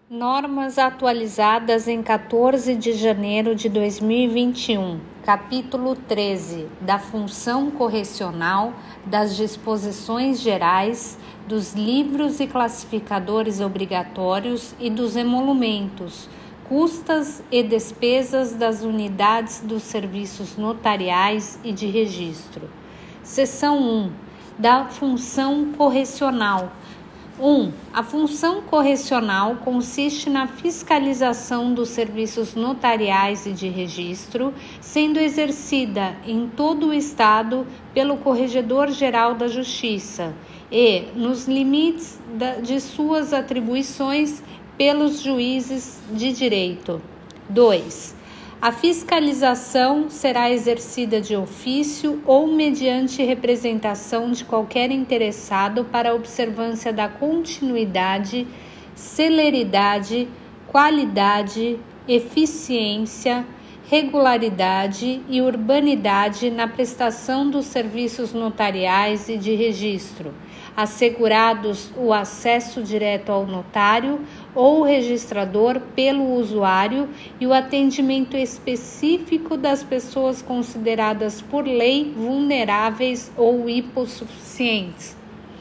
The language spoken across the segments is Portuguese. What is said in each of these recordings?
Normas atualizadas em 14 de janeiro de 2021, capítulo 13, da função correcional, das disposições gerais, dos livros e classificadores obrigatórios e dos emolumentos, custas e despesas das unidades dos serviços notariais e de registro. Seção 1, da função correcional. 1. A função correcional consiste na fiscalização dos serviços notariais e de registro, sendo exercida em todo o Estado pelo Corregedor-Geral da Justiça e, nos limites de suas atribuições, pelos juízes de direito. 2. A fiscalização será exercida de ofício ou mediante representação de qualquer interessado para a observância da continuidade, celeridade, qualidade, eficiência, regularidade e urbanidade na prestação dos serviços notariais e de registro, assegurados o acesso direto ao notário ou registrador pelo usuário e o atendimento específico das pessoas consideradas por lei vulneráveis ou hipossuficientes.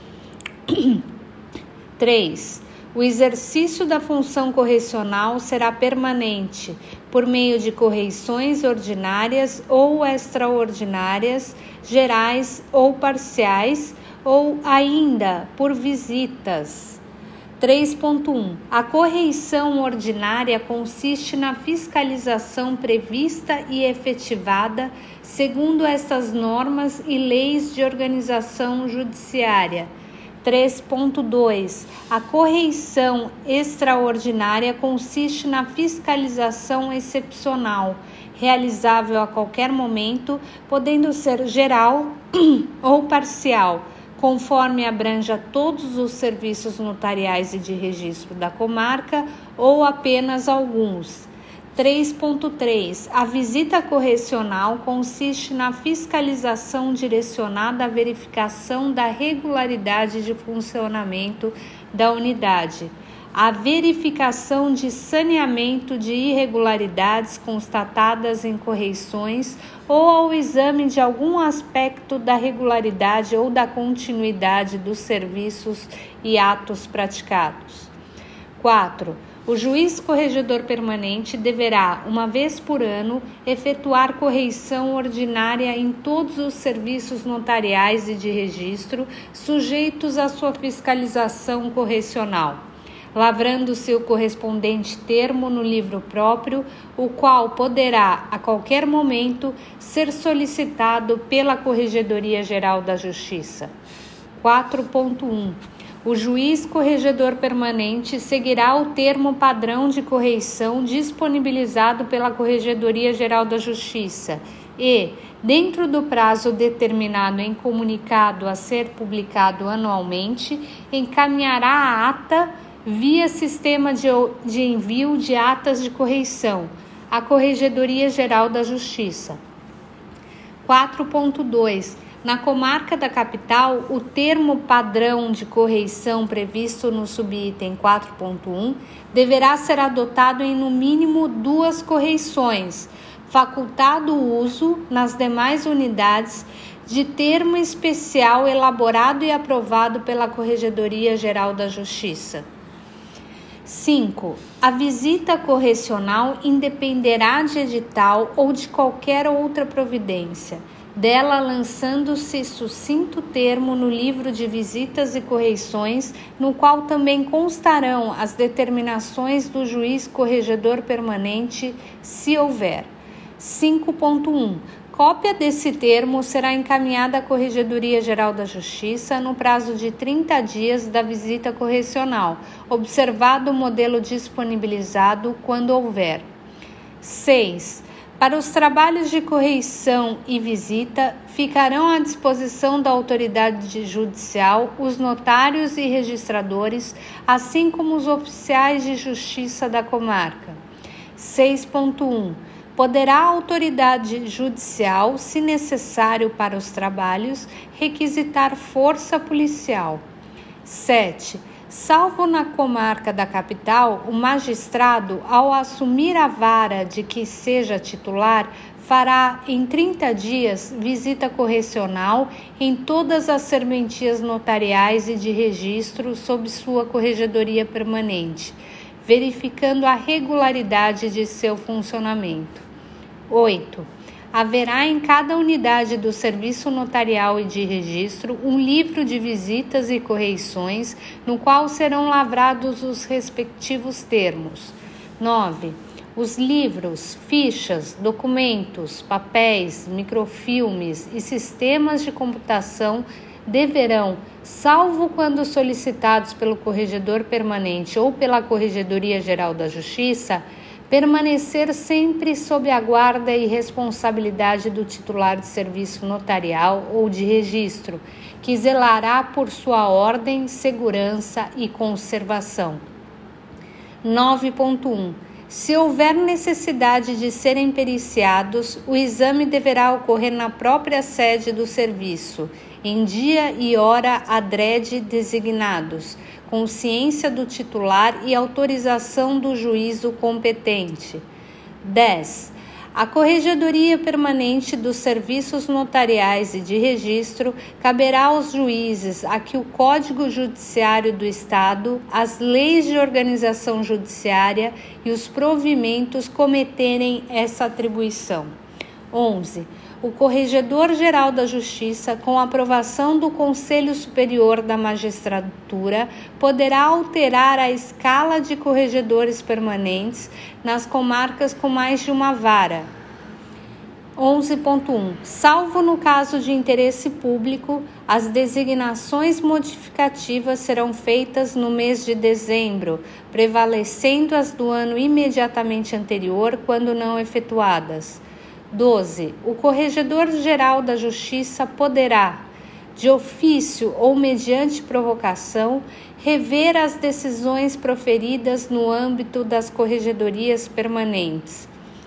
3. O exercício da função correcional será permanente, por meio de correições ordinárias ou extraordinárias, gerais ou parciais, ou ainda por visitas. 3.1. A correição ordinária consiste na fiscalização prevista e efetivada segundo estas normas e leis de organização judiciária. 3.2. A correição extraordinária consiste na fiscalização excepcional, realizável a qualquer momento, podendo ser geral ou parcial, conforme abranja todos os serviços notariais e de registro da comarca ou apenas alguns. 3.3. A visita correcional consiste na fiscalização direcionada à verificação da regularidade de funcionamento da unidade, a verificação de saneamento de irregularidades constatadas em correições ou ao exame de algum aspecto da regularidade ou da continuidade dos serviços e atos praticados. 4. O juiz corregedor permanente deverá, uma vez por ano, efetuar correição ordinária em todos os serviços notariais e de registro sujeitos à sua fiscalização correcional, lavrando-se o correspondente termo no livro próprio, o qual poderá, a qualquer momento, ser solicitado pela Corregedoria Geral da Justiça. 4.1. O juiz corregedor permanente seguirá o termo padrão de correição disponibilizado pela Corregedoria Geral da Justiça e, dentro do prazo determinado em comunicado a ser publicado anualmente, encaminhará a ata via sistema de envio de atas de correição à Corregedoria Geral da Justiça. 4.2. Na comarca da capital, o termo padrão de correição previsto no subitem 4.1 deverá ser adotado em no mínimo 2 correições, facultado o uso, nas demais unidades, de termo especial elaborado e aprovado pela Corregedoria Geral da Justiça. 5. A visita correcional independerá de edital ou de qualquer outra providência, dela lançando-se sucinto termo no livro de visitas e correições, no qual também constarão as determinações do juiz corregedor permanente, se houver. 5.1. Cópia desse termo será encaminhada à Corregedoria Geral da Justiça no prazo de 30 dias da visita correcional, observado o modelo disponibilizado quando houver. 6. Para os trabalhos de correição e visita, ficarão à disposição da autoridade judicial os notários e registradores, assim como os oficiais de justiça da comarca. 6.1. Poderá a autoridade judicial, se necessário para os trabalhos, requisitar força policial. 7. Salvo na comarca da capital, o magistrado, ao assumir a vara de que seja titular, fará em 30 dias visita correcional em todas as serventias notariais e de registro sob sua corregedoria permanente, verificando a regularidade de seu funcionamento. 8. Haverá em cada unidade do serviço notarial e de registro um livro de visitas e correições, no qual serão lavrados os respectivos termos. 9. Os livros, fichas, documentos, papéis, microfilmes e sistemas de computação deverão, salvo quando solicitados pelo corregedor permanente ou pela Corregedoria Geral da Justiça, permanecer sempre sob a guarda e responsabilidade do titular de serviço notarial ou de registro, que zelará por sua ordem, segurança e conservação. 9.1. Se houver necessidade de serem periciados, o exame deverá ocorrer na própria sede do serviço, em dia e hora adrede designados, com ciência do titular e autorização do juízo competente. 10. A Corregedoria Permanente dos Serviços Notariais e de Registro caberá aos juízes a que o Código Judiciário do Estado, as leis de organização judiciária e os provimentos cometerem essa atribuição. 11. O Corregedor-Geral da Justiça, com aprovação do Conselho Superior da Magistratura, poderá alterar a escala de corregedores permanentes nas comarcas com mais de uma vara. 11.1. Salvo no caso de interesse público, as designações modificativas serão feitas no mês de dezembro, prevalecendo as do ano imediatamente anterior, quando não efetuadas. 12. O Corregedor-Geral da Justiça poderá, de ofício ou mediante provocação, rever as decisões proferidas no âmbito das corregedorias permanentes.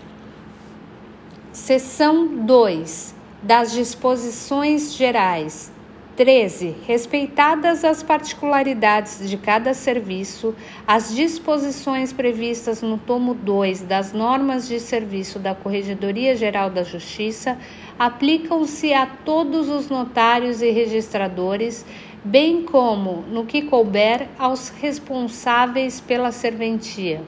Seção 2. Das disposições gerais. 13. Respeitadas as particularidades de cada serviço, as disposições previstas no tomo 2 das normas de serviço da Corregedoria Geral da Justiça aplicam-se a todos os notários e registradores, bem como, no que couber, aos responsáveis pela serventia.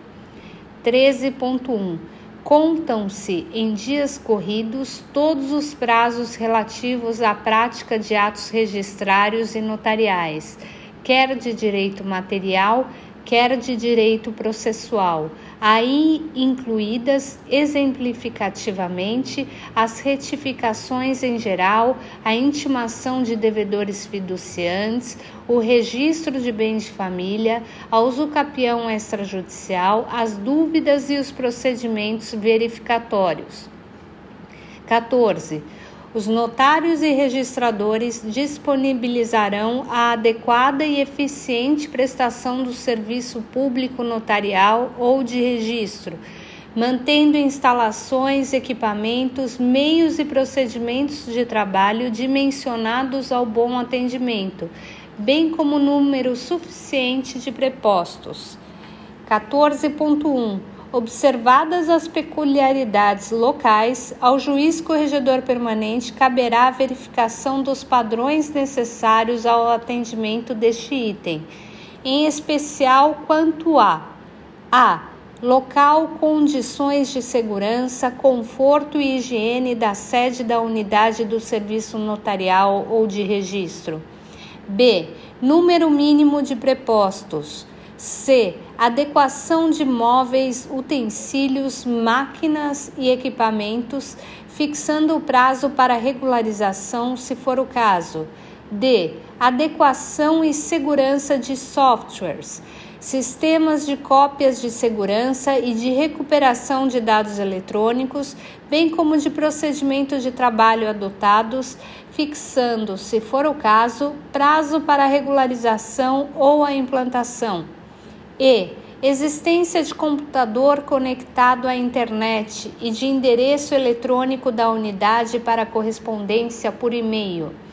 13.1. Contam-se em dias corridos todos os prazos relativos à prática de atos registrários e notariais, quer de direito material, quer de direito processual, aí incluídas exemplificativamente as retificações em geral, a intimação de devedores fiduciantes, o registro de bens de família, a usucapião extrajudicial, as dúvidas e os procedimentos verificatórios. 14. Os notários e registradores disponibilizarão a adequada e eficiente prestação do serviço público notarial ou de registro, mantendo instalações, equipamentos, meios e procedimentos de trabalho dimensionados ao bom atendimento, bem como número suficiente de prepostos. 14.1. Observadas as peculiaridades locais, ao juiz corregedor permanente caberá a verificação dos padrões necessários ao atendimento deste item, em especial quanto a local, condições de segurança, conforto e higiene da sede da unidade do serviço notarial ou de registro. B. Número mínimo de prepostos. C. Adequação de móveis, utensílios, máquinas e equipamentos, fixando o prazo para regularização, se for o caso. D. Adequação e segurança de softwares, sistemas de cópias de segurança e de recuperação de dados eletrônicos, bem como de procedimentos de trabalho adotados, fixando, se for o caso, prazo para a regularização ou a implantação. E. Existência de computador conectado à internet e de endereço eletrônico da unidade para correspondência por e-mail.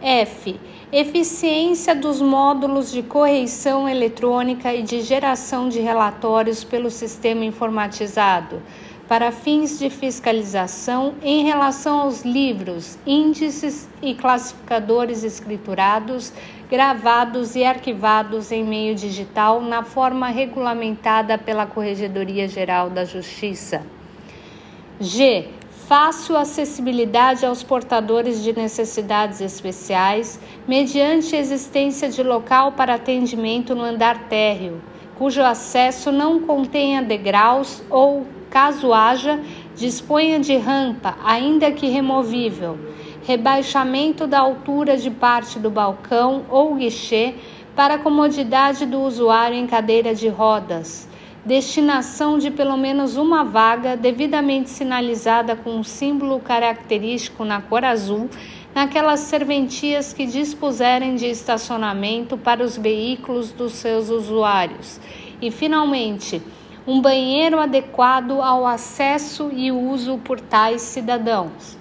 F. Eficiência dos módulos de correição eletrônica e de geração de relatórios pelo sistema informatizado, para fins de fiscalização em relação aos livros, índices e classificadores escriturados, gravados e arquivados em meio digital na forma regulamentada pela Corregedoria Geral da Justiça. G. Fácil acessibilidade aos portadores de necessidades especiais, mediante existência de local para atendimento no andar térreo, cujo acesso não contenha degraus ou, caso haja, disponha de rampa, ainda que removível, rebaixamento da altura de parte do balcão ou guichê para a comodidade do usuário em cadeira de rodas, destinação de pelo menos uma vaga devidamente sinalizada com um símbolo característico na cor azul, naquelas serventias que dispuserem de estacionamento para os veículos dos seus usuários. E, finalmente, um banheiro adequado ao acesso e uso por tais cidadãos.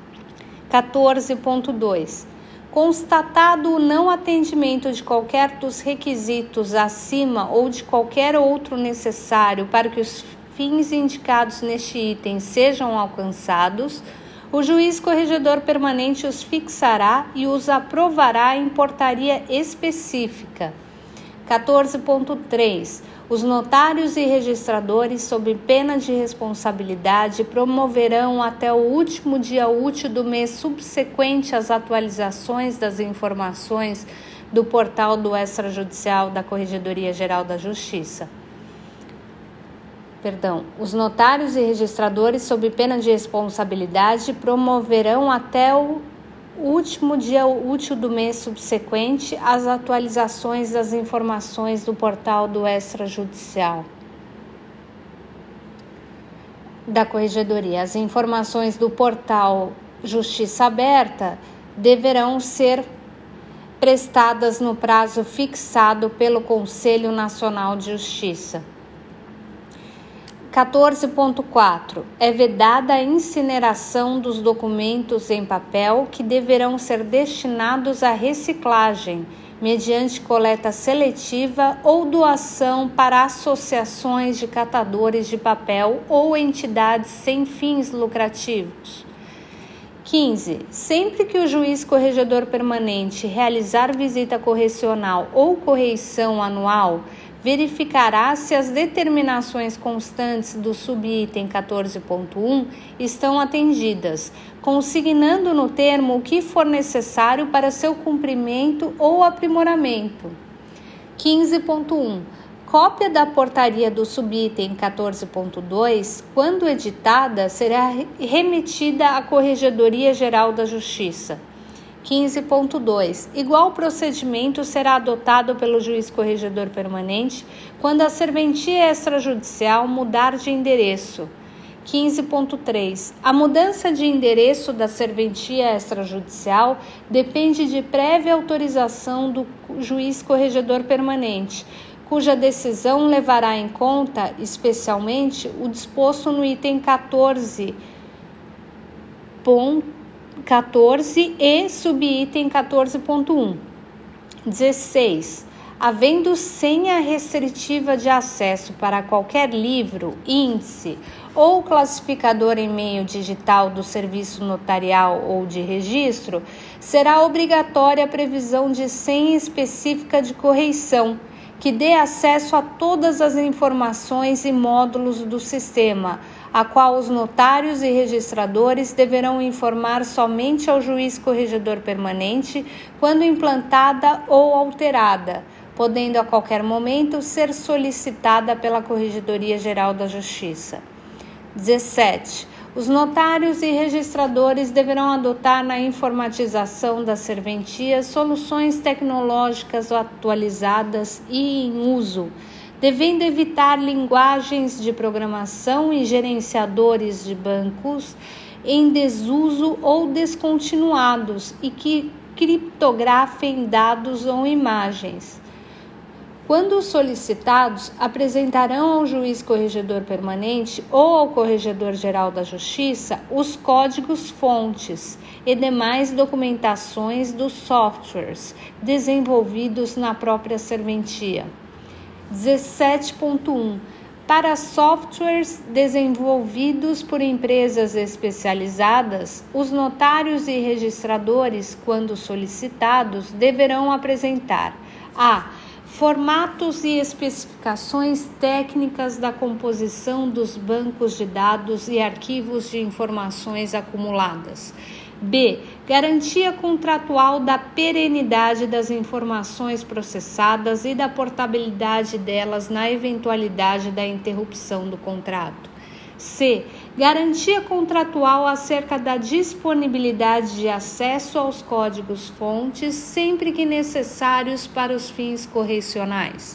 14.2. Constatado o não atendimento de qualquer dos requisitos acima ou de qualquer outro necessário para que os fins indicados neste item sejam alcançados, o juiz corregedor permanente os fixará e os aprovará em portaria específica. 14.3. Os notários e registradores, sob pena de responsabilidade, promoverão até o último dia útil do mês subsequente às atualizações das informações do portal do extrajudicial da Corregedoria Geral da Justiça. Os notários e registradores, sob pena de responsabilidade, promoverão até o último dia útil do mês subsequente às atualizações das informações do portal do extrajudicial da Corregedoria. As informações do portal Justiça Aberta deverão ser prestadas no prazo fixado pelo Conselho Nacional de Justiça. 14.4. É vedada a incineração dos documentos em papel que deverão ser destinados à reciclagem, mediante coleta seletiva ou doação para associações de catadores de papel ou entidades sem fins lucrativos. 15. Sempre que o juiz corregedor permanente realizar visita correcional ou correição anual, verificará se as determinações constantes do subitem 14.1 estão atendidas, consignando no termo o que for necessário para seu cumprimento ou aprimoramento. 15.1. Cópia da portaria do subitem 14.2, quando editada, será remetida à Corregedoria Geral da Justiça. 15.2. Igual procedimento será adotado pelo juiz corregedor permanente quando a serventia extrajudicial mudar de endereço. 15.3. A mudança de endereço da serventia extrajudicial depende de prévia autorização do juiz corregedor permanente, cuja decisão levará em conta, especialmente, o disposto no item 14 e subitem 14.1. 16. Havendo senha restritiva de acesso para qualquer livro, índice ou classificador em meio digital do serviço notarial ou de registro, será obrigatória a previsão de senha específica de correição, que dê acesso a todas as informações e módulos do sistema, a qual os notários e registradores deverão informar somente ao juiz corregedor permanente quando implantada ou alterada, podendo a qualquer momento ser solicitada pela Corregedoria Geral da Justiça. 17. Os notários e registradores deverão adotar na informatização da serventia soluções tecnológicas atualizadas e em uso, devendo evitar linguagens de programação e gerenciadores de bancos em desuso ou descontinuados e que criptografem dados ou imagens, quando os solicitados apresentarão ao juiz corregedor permanente ou ao Corregedor-Geral da Justiça os códigos-fontes e demais documentações dos softwares desenvolvidos na própria serventia. 17.1. Para softwares desenvolvidos por empresas especializadas, os notários e registradores, quando solicitados, deverão apresentar a. Formatos e especificações técnicas da composição dos bancos de dados e arquivos de informações acumuladas. B. Garantia contratual da perenidade das informações processadas e da portabilidade delas na eventualidade da interrupção do contrato. C. Garantia contratual acerca da disponibilidade de acesso aos códigos-fontes sempre que necessários para os fins correcionais.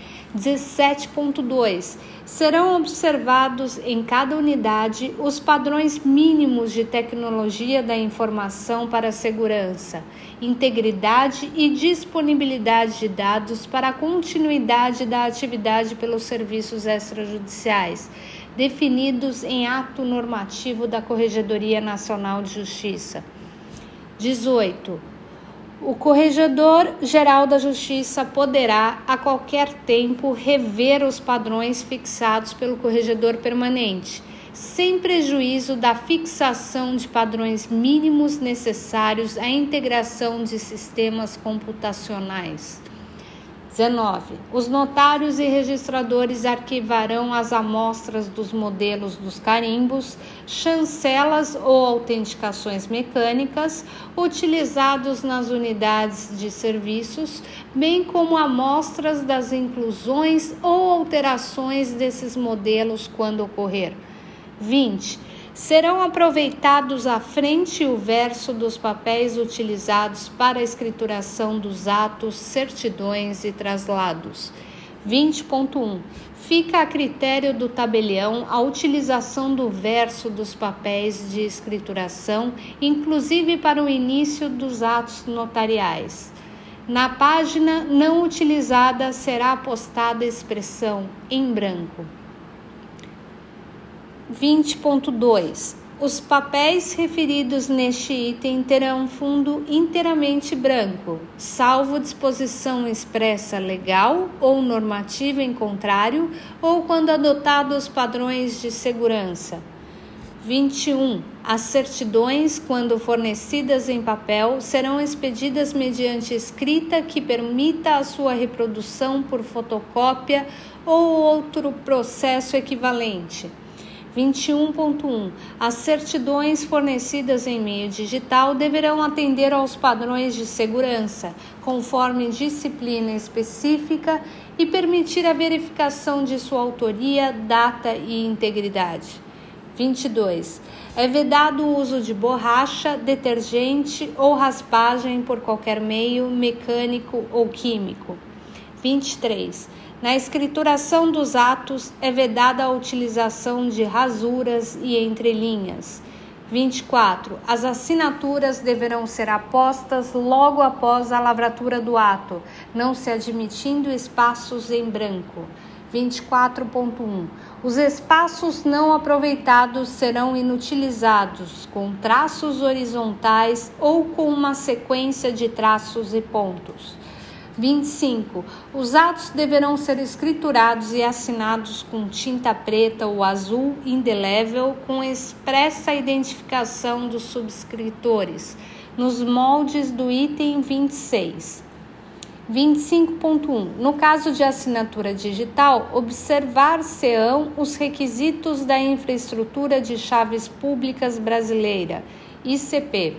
17.2. Serão observados em cada unidade os padrões mínimos de tecnologia da informação para a segurança, integridade e disponibilidade de dados para a continuidade da atividade pelos serviços extrajudiciais, definidos em ato normativo da Corregedoria Nacional de Justiça. 18. O Corregedor-Geral da Justiça poderá, a qualquer tempo, rever os padrões fixados pelo Corregedor Permanente, sem prejuízo da fixação de padrões mínimos necessários à integração de sistemas computacionais. 19. Os notários e registradores arquivarão as amostras dos modelos dos carimbos, chancelas ou autenticações mecânicas utilizados nas unidades de serviços, bem como amostras das inclusões ou alterações desses modelos quando ocorrer. 20. Serão aproveitados a frente e o verso dos papéis utilizados para a escrituração dos atos, certidões e traslados. 20.1. Fica a critério do tabelião a utilização do verso dos papéis de escrituração, inclusive para o início dos atos notariais. Na página não utilizada será postada a expressão em branco. 20.2. Os papéis referidos neste item terão fundo inteiramente branco, salvo disposição expressa legal ou normativa em contrário, ou quando adotados padrões de segurança. 21. As certidões, quando fornecidas em papel, serão expedidas mediante escrita que permita a sua reprodução por fotocópia ou outro processo equivalente. 21.1. As certidões fornecidas em meio digital deverão atender aos padrões de segurança, conforme disciplina específica, e permitir a verificação de sua autoria, data e integridade. 22. É vedado o uso de borracha, detergente ou raspagem por qualquer meio, mecânico ou químico. 23. Na escrituração dos atos, é vedada a utilização de rasuras e entrelinhas. 24. As assinaturas deverão ser apostas logo após a lavratura do ato, não se admitindo espaços em branco. 24.1. Os espaços não aproveitados serão inutilizados, com traços horizontais ou com uma sequência de traços e pontos. 25. Os atos deverão ser escriturados e assinados com tinta preta ou azul indelével com expressa identificação dos subscritores, nos moldes do item 26. 25.1. No caso de assinatura digital, observar-se-ão os requisitos da Infraestrutura de Chaves Públicas Brasileira, ICP.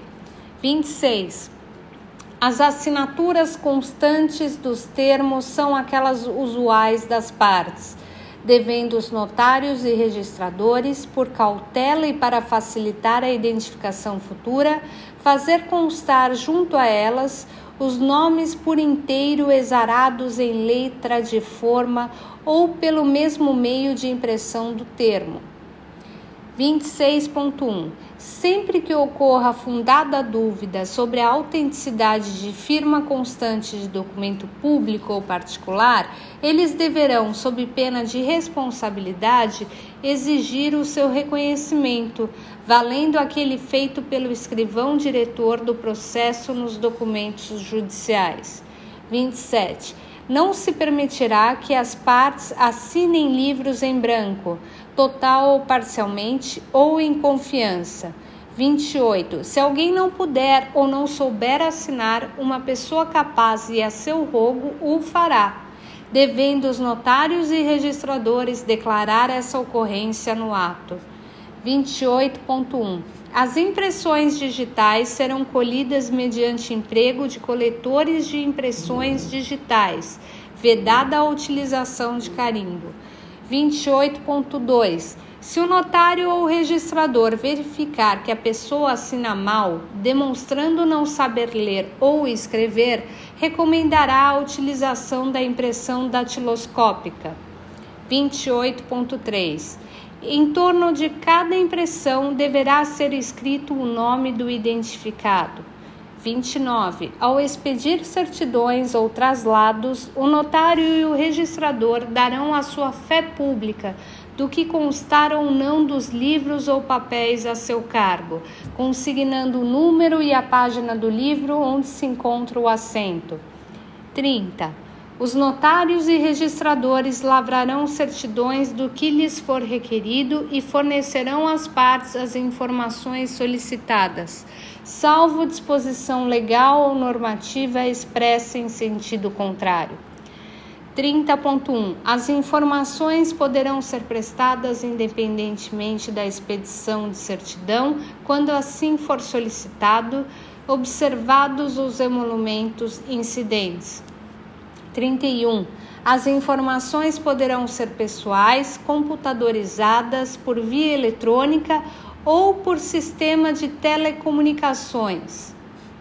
26. As assinaturas constantes dos termos são aquelas usuais das partes, devendo os notários e registradores, por cautela e para facilitar a identificação futura, fazer constar junto a elas os nomes por inteiro exarados em letra de forma ou pelo mesmo meio de impressão do termo. 26.1. Sempre que ocorra fundada dúvida sobre a autenticidade de firma constante de documento público ou particular, eles deverão, sob pena de responsabilidade, exigir o seu reconhecimento, valendo aquele feito pelo escrivão diretor do processo nos documentos judiciais. 27. Não se permitirá que as partes assinem livros em branco, total ou parcialmente, ou em confiança. 28. Se alguém não puder ou não souber assinar, uma pessoa capaz e a seu rogo o fará, devendo os notários e registradores declarar essa ocorrência no ato. 28.1. As impressões digitais serão colhidas mediante emprego de coletores de impressões digitais, vedada a utilização de carimbo. 28.2. Se o notário ou registrador verificar que a pessoa assina mal, demonstrando não saber ler ou escrever, recomendará a utilização da impressão datiloscópica. 28.3. Em torno de cada impressão deverá ser escrito o nome do identificado. 29. Ao expedir certidões ou traslados, o notário e o registrador darão a sua fé pública do que constar ou não dos livros ou papéis a seu cargo, consignando o número e a página do livro onde se encontra o assento. 30. Os notários e registradores lavrarão certidões do que lhes for requerido e fornecerão às partes as informações solicitadas, salvo disposição legal ou normativa expressa em sentido contrário. 30.1. As informações poderão ser prestadas independentemente da expedição de certidão, quando assim for solicitado, observados os emolumentos incidentes. 31. As informações poderão ser pessoais, computadorizadas por via eletrônica ou por sistema de telecomunicações.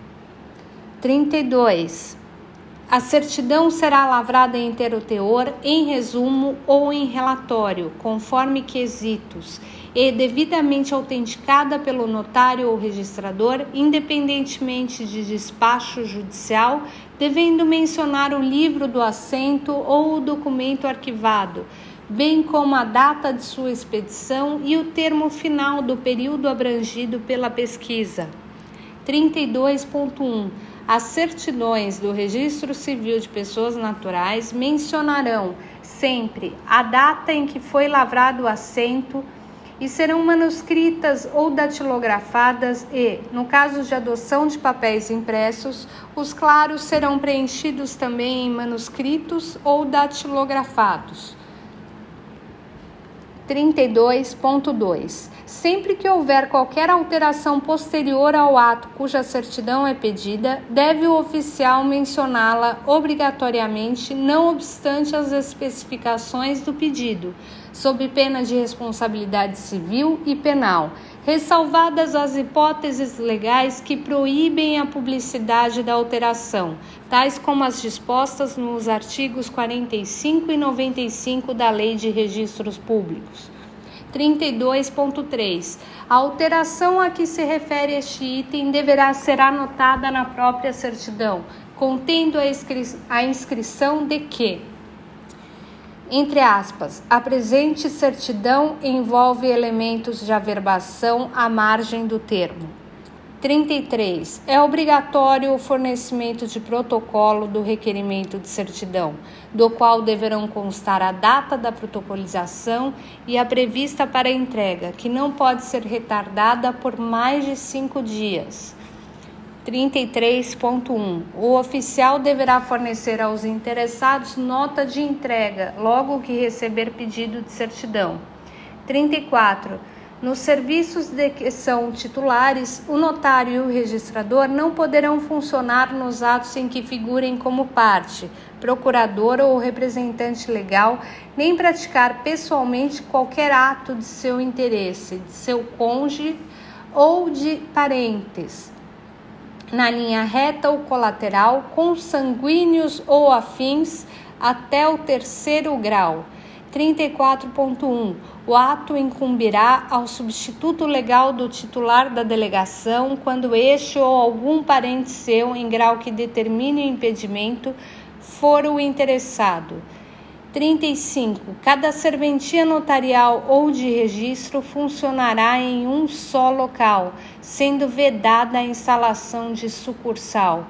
32. A certidão será lavrada em inteiro teor, em resumo ou em relatório, conforme quesitos, e devidamente autenticada pelo notário ou registrador, independentemente de despacho judicial, devendo mencionar o livro do assento ou o documento arquivado, bem como a data de sua expedição e o termo final do período abrangido pela pesquisa. 32.1. As certidões do Registro Civil de Pessoas Naturais mencionarão sempre a data em que foi lavrado o assento e serão manuscritas ou datilografadas e, no caso de adoção de papéis impressos, os claros serão preenchidos também em manuscritos ou datilografados. 32.2. Sempre que houver qualquer alteração posterior ao ato cuja certidão é pedida, deve o oficial mencioná-la obrigatoriamente, não obstante as especificações do pedido, sob pena de responsabilidade civil e penal, ressalvadas as hipóteses legais que proíbem a publicidade da alteração, tais como as dispostas nos artigos 45 e 95 da Lei de Registros Públicos. 32.3. A alteração a que se refere este item deverá ser anotada na própria certidão, contendo a inscrição de que, entre aspas, a presente certidão envolve elementos de averbação à margem do termo. 33. É obrigatório o fornecimento de protocolo do requerimento de certidão, do qual deverão constar a data da protocolização e a prevista para a entrega, que não pode ser retardada por mais de 5 dias. 33.1. O oficial deverá fornecer aos interessados nota de entrega, logo que receber pedido de certidão. 34. Nos serviços de que são titulares, o notário e o registrador não poderão funcionar nos atos em que figurem como parte, procurador ou representante legal, nem praticar pessoalmente qualquer ato de seu interesse, de seu cônjuge ou de parentes, na linha reta ou colateral, consanguíneos ou afins, até o 3º grau. 34.1. O ato incumbirá ao substituto legal do titular da delegação quando este ou algum parente seu, em grau que determine o impedimento, for o interessado. 35. Cada serventia notarial ou de registro funcionará em um só local, sendo vedada a instalação de sucursal.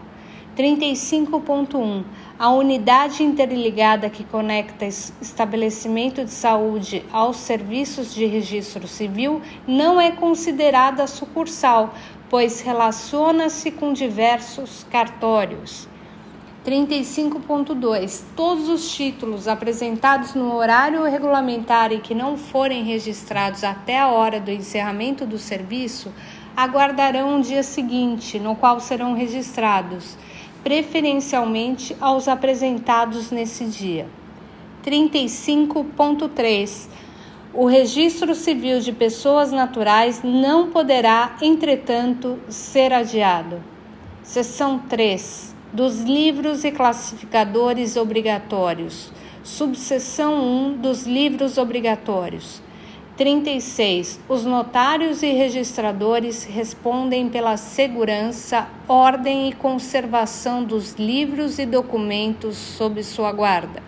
35.1. A unidade interligada que conecta estabelecimento de saúde aos serviços de registro civil não é considerada sucursal, pois relaciona-se com diversos cartórios. 35.2. Todos os títulos apresentados no horário regulamentar e que não forem registrados até a hora do encerramento do serviço aguardarão o dia seguinte, no qual serão registrados, preferencialmente aos apresentados nesse dia. 35.3. O registro civil de pessoas naturais não poderá, entretanto, ser adiado. Seção 3. Dos livros e classificadores obrigatórios. Subseção 1. Dos livros obrigatórios. 36. Os notários e registradores respondem pela segurança, ordem e conservação dos livros e documentos sob sua guarda.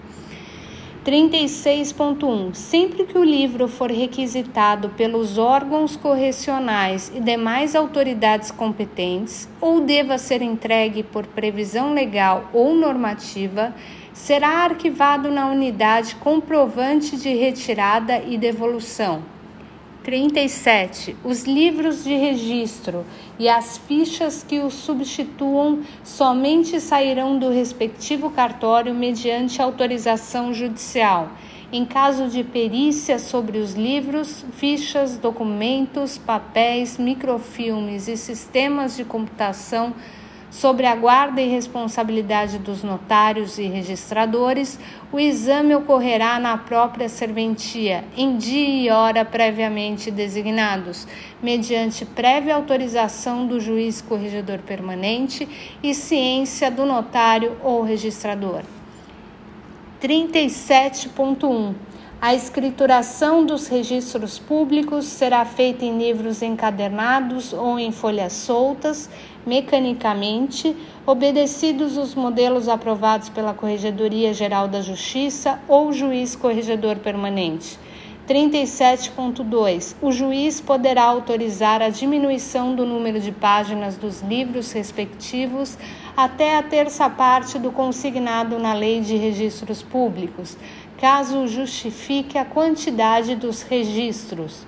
36.1. Sempre que o livro for requisitado pelos órgãos correcionais e demais autoridades competentes, ou deva ser entregue por previsão legal ou normativa, será arquivado na unidade comprovante de retirada e devolução. 37. Os livros de registro e as fichas que os substituam somente sairão do respectivo cartório mediante autorização judicial. Em caso de perícia sobre os livros, fichas, documentos, papéis, microfilmes e sistemas de computação sobre a guarda e responsabilidade dos notários e registradores, o exame ocorrerá na própria serventia, em dia e hora previamente designados, mediante prévia autorização do juiz corregedor permanente e ciência do notário ou registrador. 37.1. A escrituração dos registros públicos será feita em livros encadernados ou em folhas soltas, mecanicamente, obedecidos os modelos aprovados pela Corregedoria Geral da Justiça ou juiz corregedor permanente. 37.2. O juiz poderá autorizar a diminuição do número de páginas dos livros respectivos até a terça parte do consignado na Lei de Registros Públicos, caso justifique a quantidade dos registros.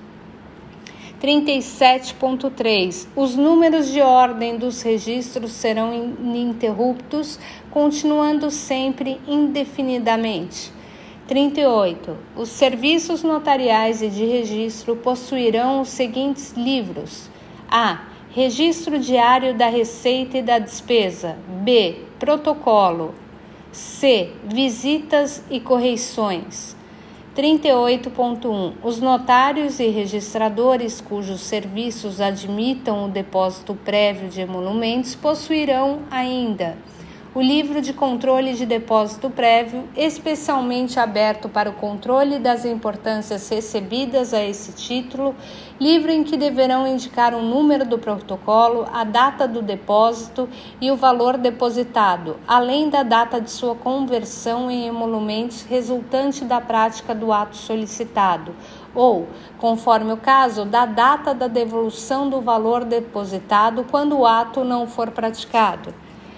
37.3. Os números de ordem dos registros serão ininterruptos, continuando sempre indefinidamente. 38. Os serviços notariais e de registro possuirão os seguintes livros: A. Registro diário da receita e da despesa. B. Protocolo. C. Visitas e correições. 38.1. Os notários e registradores cujos serviços admitam o depósito prévio de emolumentos possuirão ainda o livro de controle de depósito prévio, especialmente aberto para o controle das importâncias recebidas a esse título, livro em que deverão indicar o número do protocolo, a data do depósito e o valor depositado, além da data de sua conversão em emolumentos resultante da prática do ato solicitado, ou, conforme o caso, da data da devolução do valor depositado quando o ato não for praticado.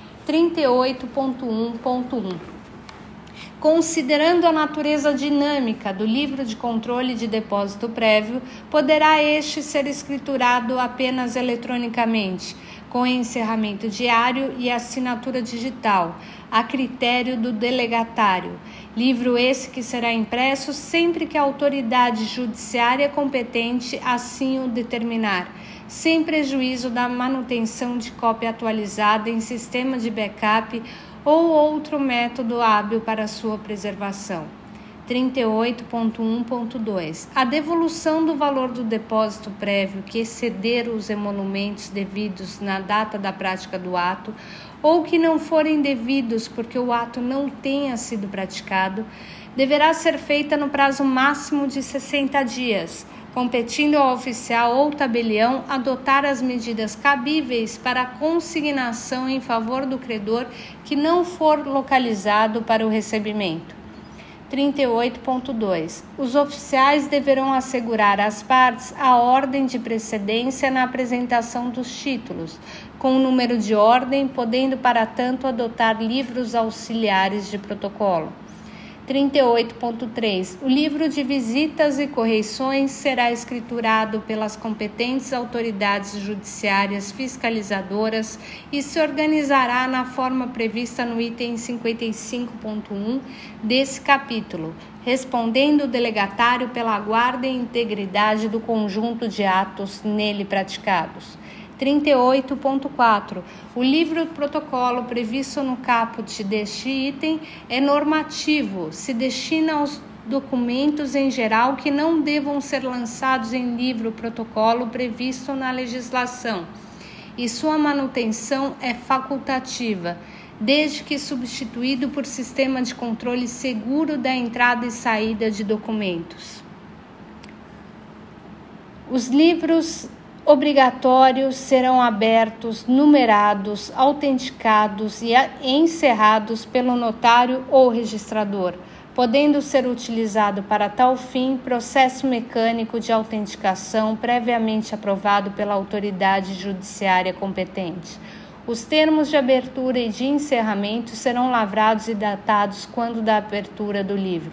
38.1.1. Considerando a natureza dinâmica do livro de controle de depósito prévio, poderá este ser escriturado apenas eletronicamente, com encerramento diário e assinatura digital, a critério do delegatário. Livro esse que será impresso sempre que a autoridade judiciária competente assim o determinar, sem prejuízo da manutenção de cópia atualizada em sistema de backup ou outro método hábil para sua preservação. 38.1.2. A devolução do valor do depósito prévio que exceder os emolumentos devidos na data da prática do ato ou que não forem devidos porque o ato não tenha sido praticado, deverá ser feita no prazo máximo de 60 dias, competindo ao oficial ou tabelião adotar as medidas cabíveis para a consignação em favor do credor que não for localizado para o recebimento. 38.2. Os oficiais deverão assegurar às partes a ordem de precedência na apresentação dos títulos, com o número de ordem, podendo, para tanto, adotar livros auxiliares de protocolo. 38.3. O livro de visitas e correições será escriturado pelas competentes autoridades judiciárias fiscalizadoras e se organizará na forma prevista no item 55.1 desse capítulo, respondendo o delegatário pela guarda e integridade do conjunto de atos nele praticados. 38.4. O livro-protocolo previsto no caput deste item é normativo, se destina aos documentos em geral que não devam ser lançados em livro-protocolo previsto na legislação, e sua manutenção é facultativa, desde que substituído por sistema de controle seguro da entrada e saída de documentos. Os livros obrigatórios serão abertos, numerados, autenticados e encerrados pelo notário ou registrador, podendo ser utilizado para tal fim processo mecânico de autenticação previamente aprovado pela autoridade judiciária competente. Os termos de abertura e de encerramento serão lavrados e datados quando da abertura do livro.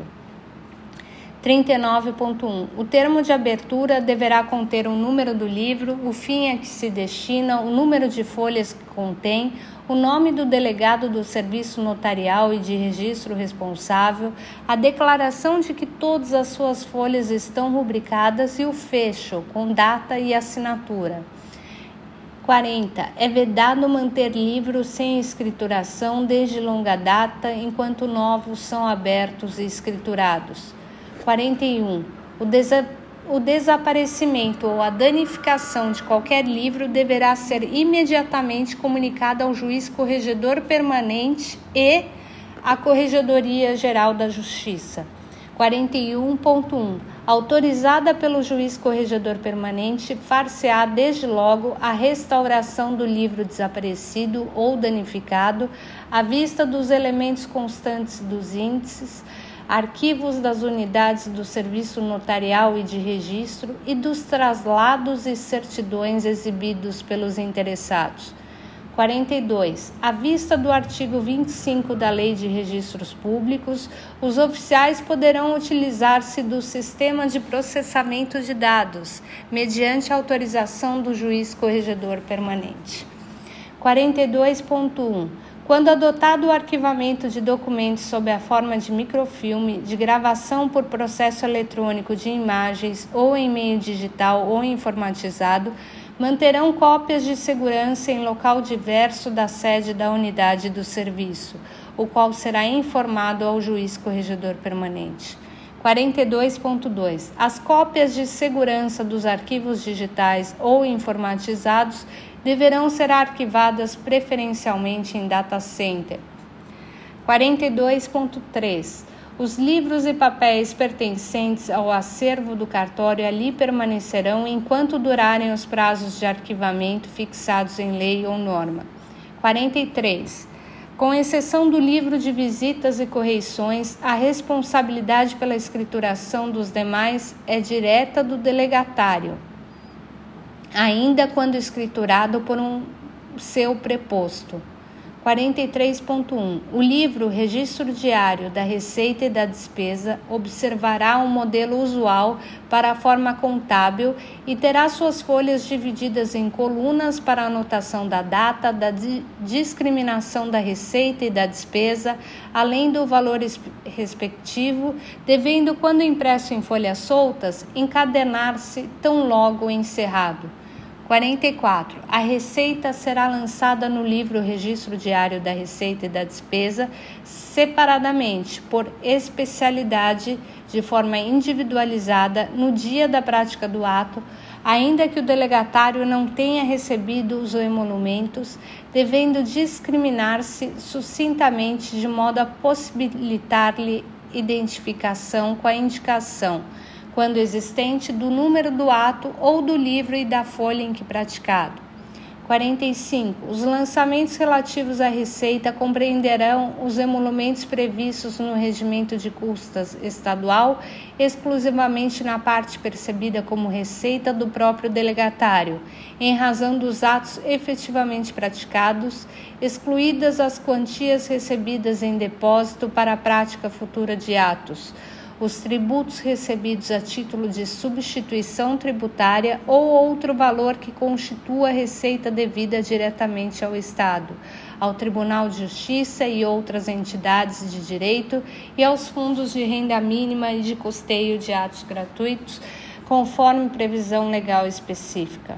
39.1. O termo de abertura deverá conter o número do livro, o fim a que se destina, o número de folhas que contém, o nome do delegado do serviço notarial e de registro responsável, a declaração de que todas as suas folhas estão rubricadas e o fecho, com data e assinatura. 40. É vedado manter livros sem escrituração desde longa data, enquanto novos são abertos e escriturados. 41. O desaparecimento ou a danificação de qualquer livro deverá ser imediatamente comunicado ao juiz corregedor permanente e à Corregedoria Geral da Justiça. 41.1. Autorizada pelo juiz corregedor permanente, far-se-á desde logo a restauração do livro desaparecido ou danificado, à vista dos elementos constantes dos índices, arquivos das unidades do serviço notarial e de registro e dos traslados e certidões exibidos pelos interessados. 42. À vista do artigo 25 da Lei de Registros Públicos, os oficiais poderão utilizar-se do sistema de processamento de dados, mediante autorização do juiz corregedor permanente. 42.1. Quando adotado o arquivamento de documentos sob a forma de microfilme, de gravação por processo eletrônico de imagens ou em meio digital ou informatizado, manterão cópias de segurança em local diverso da sede da unidade do serviço, o qual será informado ao juiz corregedor permanente. 42.2. As cópias de segurança dos arquivos digitais ou informatizados deverão ser arquivadas preferencialmente em data center. 42.3. Os livros e papéis pertencentes ao acervo do cartório ali permanecerão enquanto durarem os prazos de arquivamento fixados em lei ou norma. 43. Com exceção do livro de visitas e correições, a responsabilidade pela escrituração dos demais é direta do delegatário, ainda quando escriturado por seu preposto. 43.1. O livro Registro Diário da Receita e da Despesa observará um modelo usual para a forma contábil e terá suas folhas divididas em colunas para anotação da data, da discriminação da receita e da despesa, além do valor respectivo, devendo, quando impresso em folhas soltas, encadenar-se tão logo encerrado. 44. A receita será lançada no livro Registro Diário da Receita e da Despesa separadamente, por especialidade, de forma individualizada, no dia da prática do ato, ainda que o delegatário não tenha recebido os emolumentos, devendo discriminar-se sucintamente de modo a possibilitar-lhe identificação com a indicação, quando existente, do número do ato ou do livro e da folha em que praticado. 45. Os lançamentos relativos à receita compreenderão os emolumentos previstos no regimento de custas estadual exclusivamente na parte percebida como receita do próprio delegatário, em razão dos atos efetivamente praticados, excluídas as quantias recebidas em depósito para a prática futura de atos, os tributos recebidos a título de substituição tributária ou outro valor que constitua a receita devida diretamente ao Estado, ao Tribunal de Justiça e outras entidades de direito e aos fundos de renda mínima e de custeio de atos gratuitos, conforme previsão legal específica.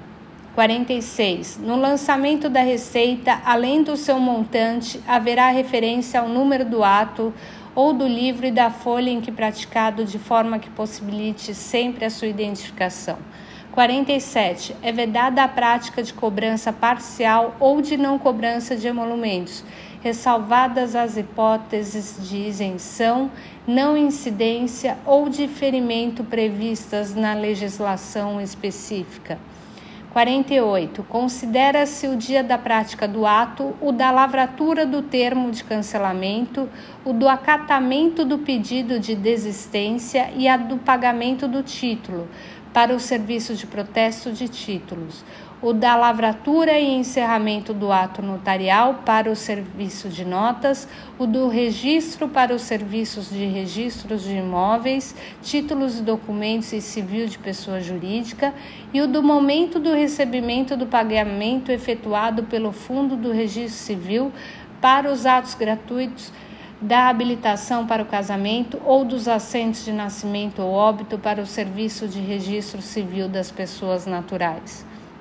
46. No lançamento da receita, além do seu montante, haverá referência ao número do ato ou do livro e da folha em que praticado, de forma que possibilite sempre a sua identificação. 47. É vedada a prática de cobrança parcial ou de não cobrança de emolumentos, ressalvadas as hipóteses de isenção, não incidência ou diferimento previstas na legislação específica. 48. Considera-se o dia da prática do ato, o da lavratura do termo de cancelamento, o do acatamento do pedido de desistência e a do pagamento do título, para o serviço de protesto de títulos, o da lavratura e encerramento do ato notarial para o serviço de notas, o do registro para os serviços de registros de imóveis, títulos e documentos e civil de pessoa jurídica, e o do momento do recebimento do pagamento efetuado pelo Fundo do Registro Civil para os atos gratuitos da habilitação para o casamento ou dos assentos de nascimento ou óbito para o serviço de registro civil das pessoas naturais.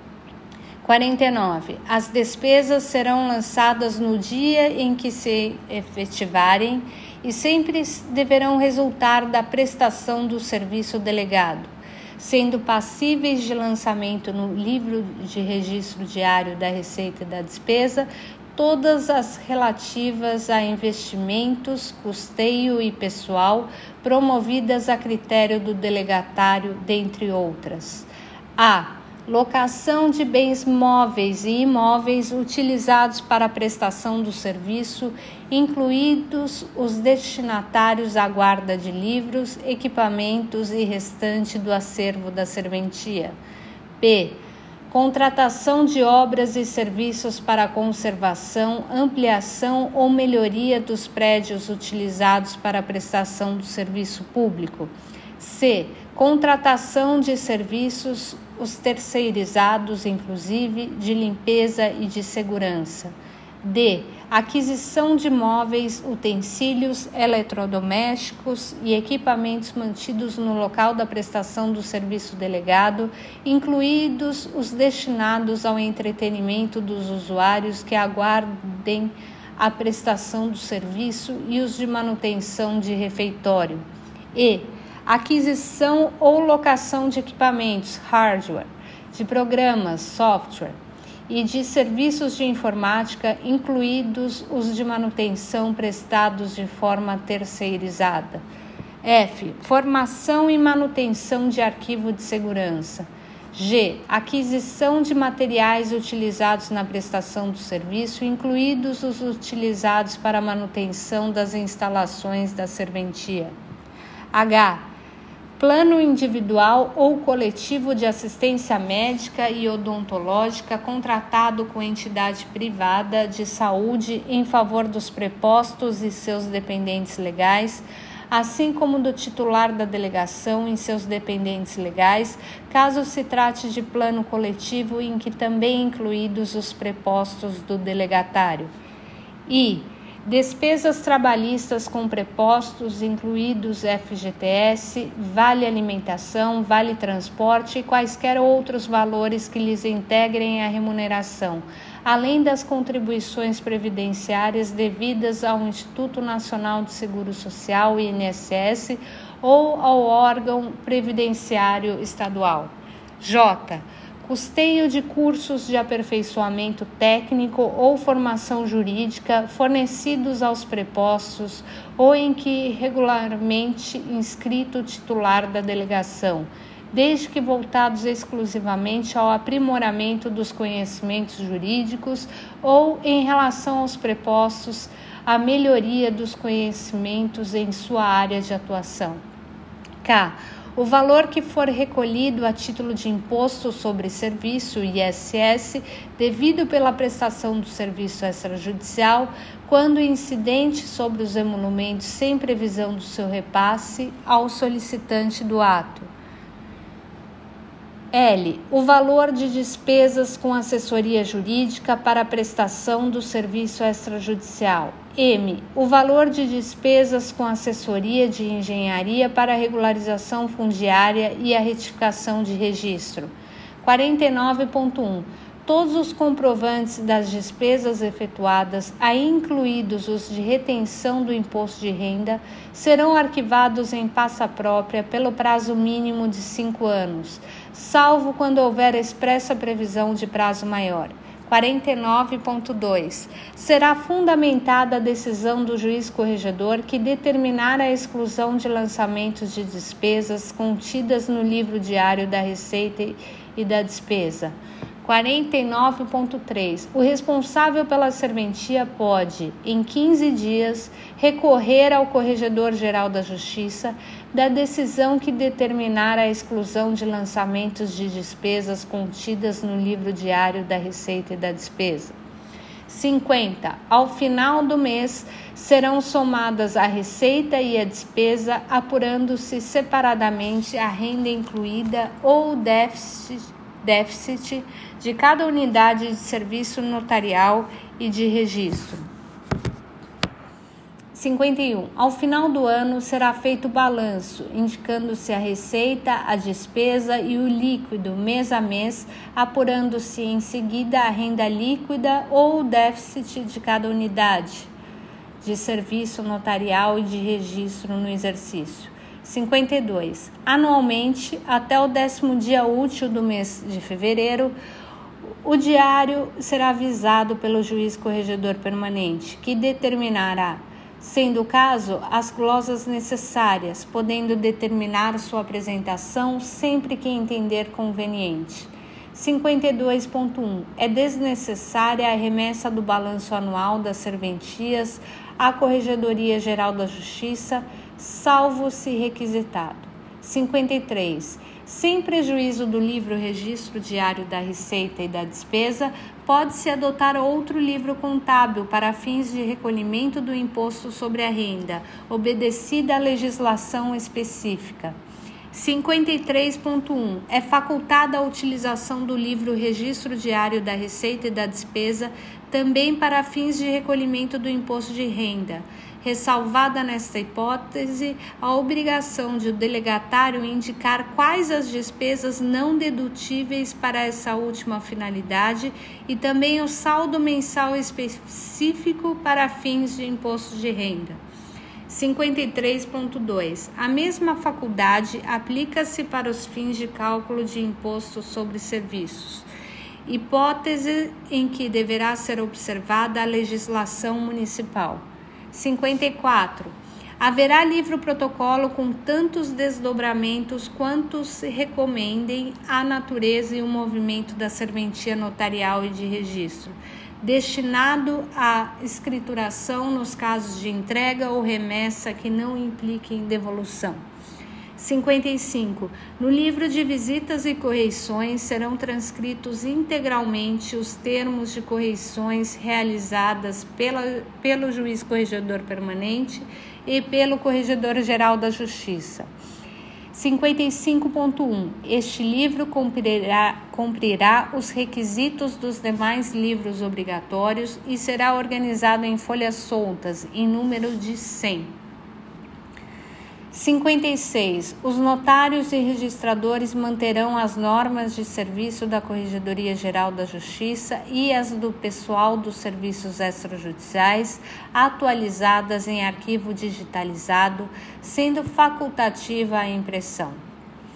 49. As despesas serão lançadas no dia em que se efetivarem e sempre deverão resultar da prestação do serviço delegado, sendo passíveis de lançamento no livro de registro diário da receita e da despesa todas as relativas a investimentos, custeio e pessoal promovidas a critério do delegatário, dentre outras. A. Locação de bens móveis e imóveis utilizados para a prestação do serviço, incluídos os destinatários à guarda de livros, equipamentos e restante do acervo da serventia. B. Contratação de obras e serviços para a conservação, ampliação ou melhoria dos prédios utilizados para a prestação do serviço público. C. Contratação de serviços, os terceirizados, inclusive, de limpeza e de segurança. D. Aquisição de móveis, utensílios, eletrodomésticos e equipamentos mantidos no local da prestação do serviço delegado, incluídos os destinados ao entretenimento dos usuários que aguardem a prestação do serviço e os de manutenção de refeitório. E. Aquisição ou locação de equipamentos, hardware, de programas, software, e de serviços de informática, incluídos os de manutenção prestados de forma terceirizada. F. Formação e manutenção de arquivo de segurança. G. Aquisição de materiais utilizados na prestação do serviço, incluídos os utilizados para a manutenção das instalações da serventia. H. Plano individual ou coletivo de assistência médica e odontológica contratado com entidade privada de saúde em favor dos prepostos e seus dependentes legais, assim como do titular da delegação em seus dependentes legais, caso se trate de plano coletivo em que também incluídos os prepostos do delegatário. I. Despesas trabalhistas com prepostos, incluídos FGTS, vale alimentação, vale transporte e quaisquer outros valores que lhes integrem a remuneração, além das contribuições previdenciárias devidas ao Instituto Nacional de Seguro Social, INSS, ou ao órgão previdenciário estadual. J. Custeio de cursos de aperfeiçoamento técnico ou formação jurídica fornecidos aos prepostos ou em que regularmente inscrito o titular da delegação, desde que voltados exclusivamente ao aprimoramento dos conhecimentos jurídicos ou em relação aos prepostos, à melhoria dos conhecimentos em sua área de atuação. K. O valor que for recolhido a título de imposto sobre serviço, ISS, devido pela prestação do serviço extrajudicial, quando incidente sobre os emolumentos sem previsão do seu repasse ao solicitante do ato. L. O valor de despesas com assessoria jurídica para a prestação do serviço extrajudicial. M. O valor de despesas com assessoria de engenharia para a regularização fundiária e a retificação de registro. 49.1. Todos os comprovantes das despesas efetuadas, aí incluídos os de retenção do imposto de renda, serão arquivados em pasta própria pelo prazo mínimo de 5 anos, salvo quando houver expressa previsão de prazo maior. 49.2. Será fundamentada a decisão do juiz corregedor que determinar a exclusão de lançamentos de despesas contidas no livro diário da Receita e da Despesa. 49.3. O responsável pela serventia pode, em 15 dias, recorrer ao Corregedor-Geral da Justiça da decisão que determinar a exclusão de lançamentos de despesas contidas no livro diário da Receita e da Despesa. 50. Ao final do mês, serão somadas a receita e a despesa, apurando-se separadamente a renda incluída ou o déficit de cada unidade de serviço notarial e de registro. 51. Ao final do ano será feito o balanço, indicando-se a receita, a despesa e o líquido mês a mês, apurando-se em seguida a renda líquida ou o déficit de cada unidade de serviço notarial e de registro no exercício. 52. Anualmente, até o 10º dia útil do mês de fevereiro, o diário será avisado pelo juiz corregedor permanente, que determinará, sendo o caso, as glosas necessárias, podendo determinar sua apresentação sempre que entender conveniente. 52.1. É desnecessária a remessa do balanço anual das serventias à Corregedoria Geral da Justiça, salvo se requisitado. 53. Sem prejuízo do livro Registro Diário da Receita e da Despesa, pode-se adotar outro livro contábil para fins de recolhimento do imposto sobre a renda, obedecida a legislação específica. 53.1. É facultada a utilização do livro Registro Diário da Receita e da Despesa também para fins de recolhimento do imposto de renda, ressalvada nesta hipótese a obrigação de o delegatário indicar quais as despesas não dedutíveis para essa última finalidade e também o saldo mensal específico para fins de imposto de renda. 53.2. A mesma faculdade aplica-se para os fins de cálculo de imposto sobre serviços, hipótese em que deverá ser observada a legislação municipal. 54. Haverá livro-protocolo com tantos desdobramentos quantos se recomendem a natureza e o movimento da serventia notarial e de registro, destinado à escrituração nos casos de entrega ou remessa que não impliquem devolução. 55. No livro de visitas e correições serão transcritos integralmente os termos de correições realizadas pelo juiz corregedor permanente e pelo Corregedor-Geral da Justiça. 55.1. Este livro cumprirá os requisitos dos demais livros obrigatórios e será organizado em folhas soltas, em número de 100. 56. Os notários e registradores manterão as normas de serviço da Corregedoria Geral da Justiça e as do pessoal dos serviços extrajudiciais, atualizadas em arquivo digitalizado, sendo facultativa a impressão.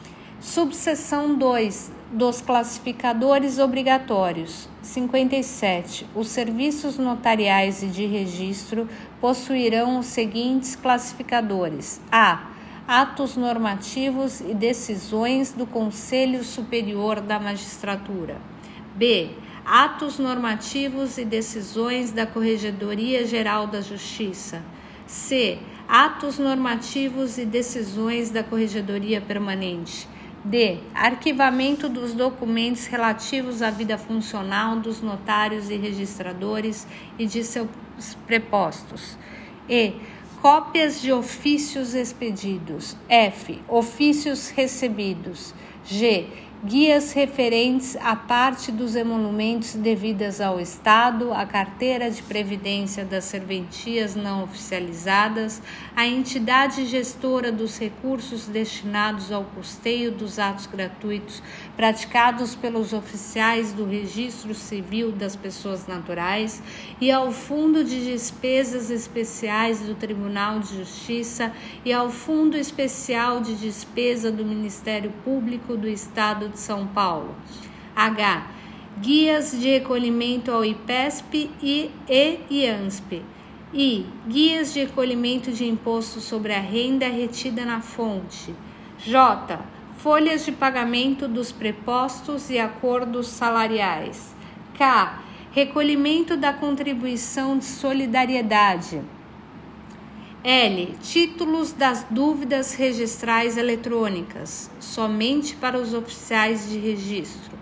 Subseção 2 dos classificadores obrigatórios. 57. Os serviços notariais e de registro possuirão os seguintes classificadores: a. Atos normativos e decisões do Conselho Superior da Magistratura. b. Atos normativos e decisões da Corregedoria Geral da Justiça. c. Atos normativos e decisões da Corregedoria Permanente. d. Arquivamento dos documentos relativos à vida funcional dos notários e registradores e de seus prepostos. e. Cópias de ofícios expedidos. f. Ofícios recebidos. g. Guias referentes à parte dos emolumentos devidas ao Estado, à carteira de previdência das serventias não oficializadas, à entidade gestora dos recursos destinados ao custeio dos atos gratuitos praticados pelos oficiais do Registro Civil das Pessoas Naturais e ao Fundo de Despesas Especiais do Tribunal de Justiça e ao Fundo Especial de Despesa do Ministério Público do Estado de São Paulo. H. Guias de recolhimento ao IPESP e IANSP. I. Guias de recolhimento de imposto sobre a renda retida na fonte. J. Folhas de pagamento dos prepostos e acordos salariais. K. Recolhimento da contribuição de solidariedade. L. Títulos das dúvidas registrais eletrônicas, somente para os oficiais de registro.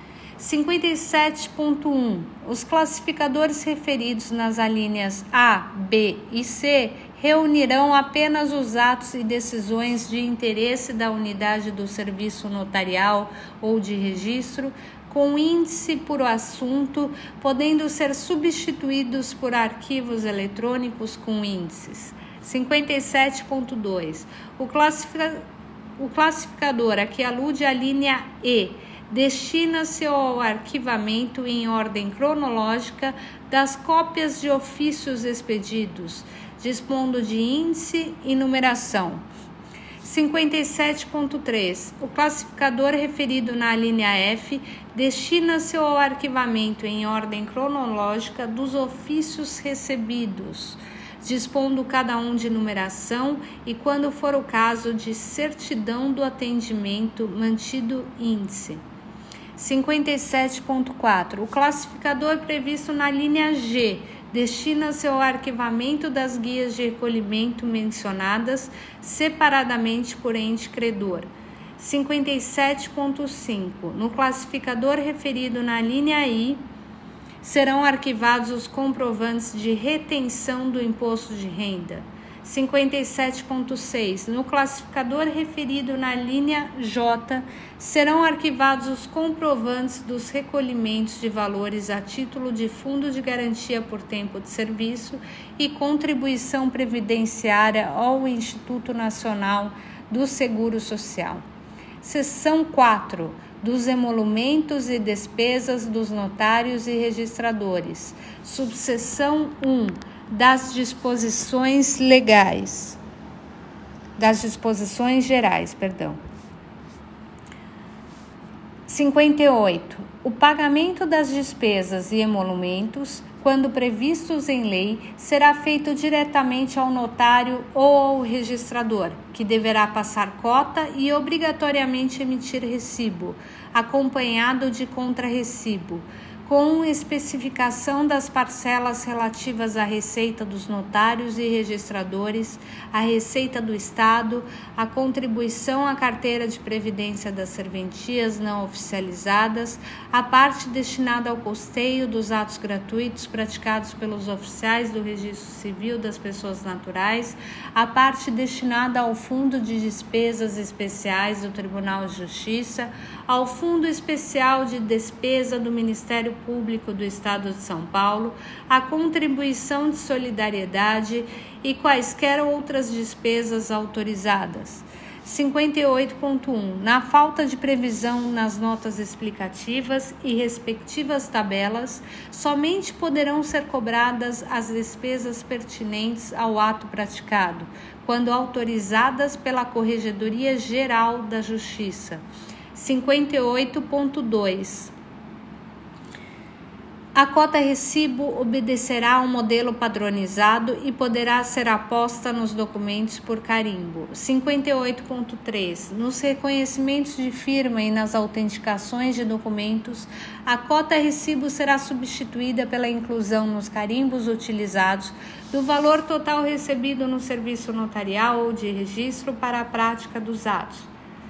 57.1. Os classificadores referidos nas alíneas A, B e C reunirão apenas os atos e decisões de interesse da unidade do serviço notarial ou de registro, com índice por assunto, podendo ser substituídos por arquivos eletrônicos com índices. 57.2. O classificador a que alude a linha E destina-se ao arquivamento em ordem cronológica das cópias de ofícios expedidos, dispondo de índice e numeração. 57.3. O classificador referido na linha F destina-se ao arquivamento em ordem cronológica dos ofícios recebidos, dispondo cada um de numeração e, quando for o caso, de certidão do atendimento, mantido índice. 57.4. O classificador previsto na linha G destina-se ao arquivamento das guias de recolhimento mencionadas separadamente por ente credor. 57.5. No classificador referido na linha I, serão arquivados os comprovantes de retenção do imposto de renda. 57.6. No classificador referido na linha J, serão arquivados os comprovantes dos recolhimentos de valores a título de fundo de garantia por tempo de serviço e contribuição previdenciária ao Instituto Nacional do Seguro Social. Seção 4. Dos emolumentos e despesas dos notários e registradores. Subseção 1. Das disposições legais. Das disposições gerais, 58. O pagamento das despesas e emolumentos, quando previstos em lei, será feito diretamente ao notário ou ao registrador, que deverá passar cota e obrigatoriamente emitir recibo, acompanhado de contrarrecibo, com especificação das parcelas relativas à receita dos notários e registradores, à receita do Estado, à contribuição à carteira de previdência das serventias não oficializadas, à parte destinada ao custeio dos atos gratuitos praticados pelos oficiais do Registro Civil das Pessoas Naturais, à parte destinada ao Fundo de Despesas Especiais do Tribunal de Justiça, ao Fundo Especial de Despesa do Ministério Público do Estado de São Paulo, a contribuição de solidariedade e quaisquer outras despesas autorizadas. 58.1. Na falta de previsão nas notas explicativas e respectivas tabelas, somente poderão ser cobradas as despesas pertinentes ao ato praticado, quando autorizadas pela Corregedoria Geral da Justiça. 58.2. A cota recibo obedecerá a um modelo padronizado e poderá ser aposta nos documentos por carimbo. 58.3. Nos reconhecimentos de firma e nas autenticações de documentos, a cota recibo será substituída pela inclusão nos carimbos utilizados do valor total recebido no serviço notarial ou de registro para a prática dos atos.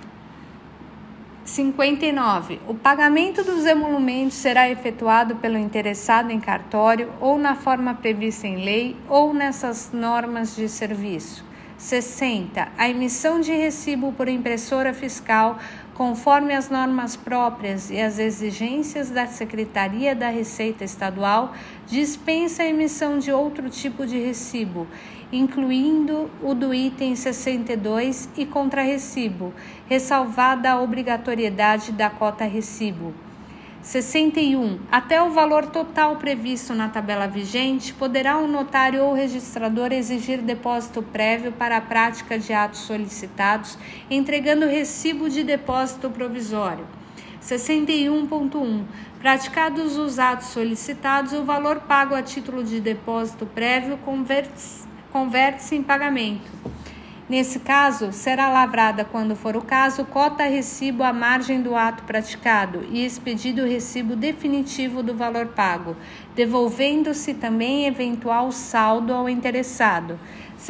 59. O pagamento dos emolumentos será efetuado pelo interessado em cartório ou na forma prevista em lei ou nessas normas de serviço. 60. A emissão de recibo por impressora fiscal, conforme as normas próprias e as exigências da Secretaria da Receita Estadual, dispensa a emissão de outro tipo de recibo, incluindo o do item 62 e contrarrecibo, ressalvada a obrigatoriedade da cota recibo. 61. Até o valor total previsto na tabela vigente, poderá o notário ou registrador exigir depósito prévio para a prática de atos solicitados, entregando recibo de depósito provisório. 61.1. Praticados os atos solicitados, o valor pago a título de depósito prévio converte-se em pagamento. Nesse caso, será lavrada, quando for o caso, cota recibo à margem do ato praticado e expedido o recibo definitivo do valor pago, devolvendo-se também eventual saldo ao interessado.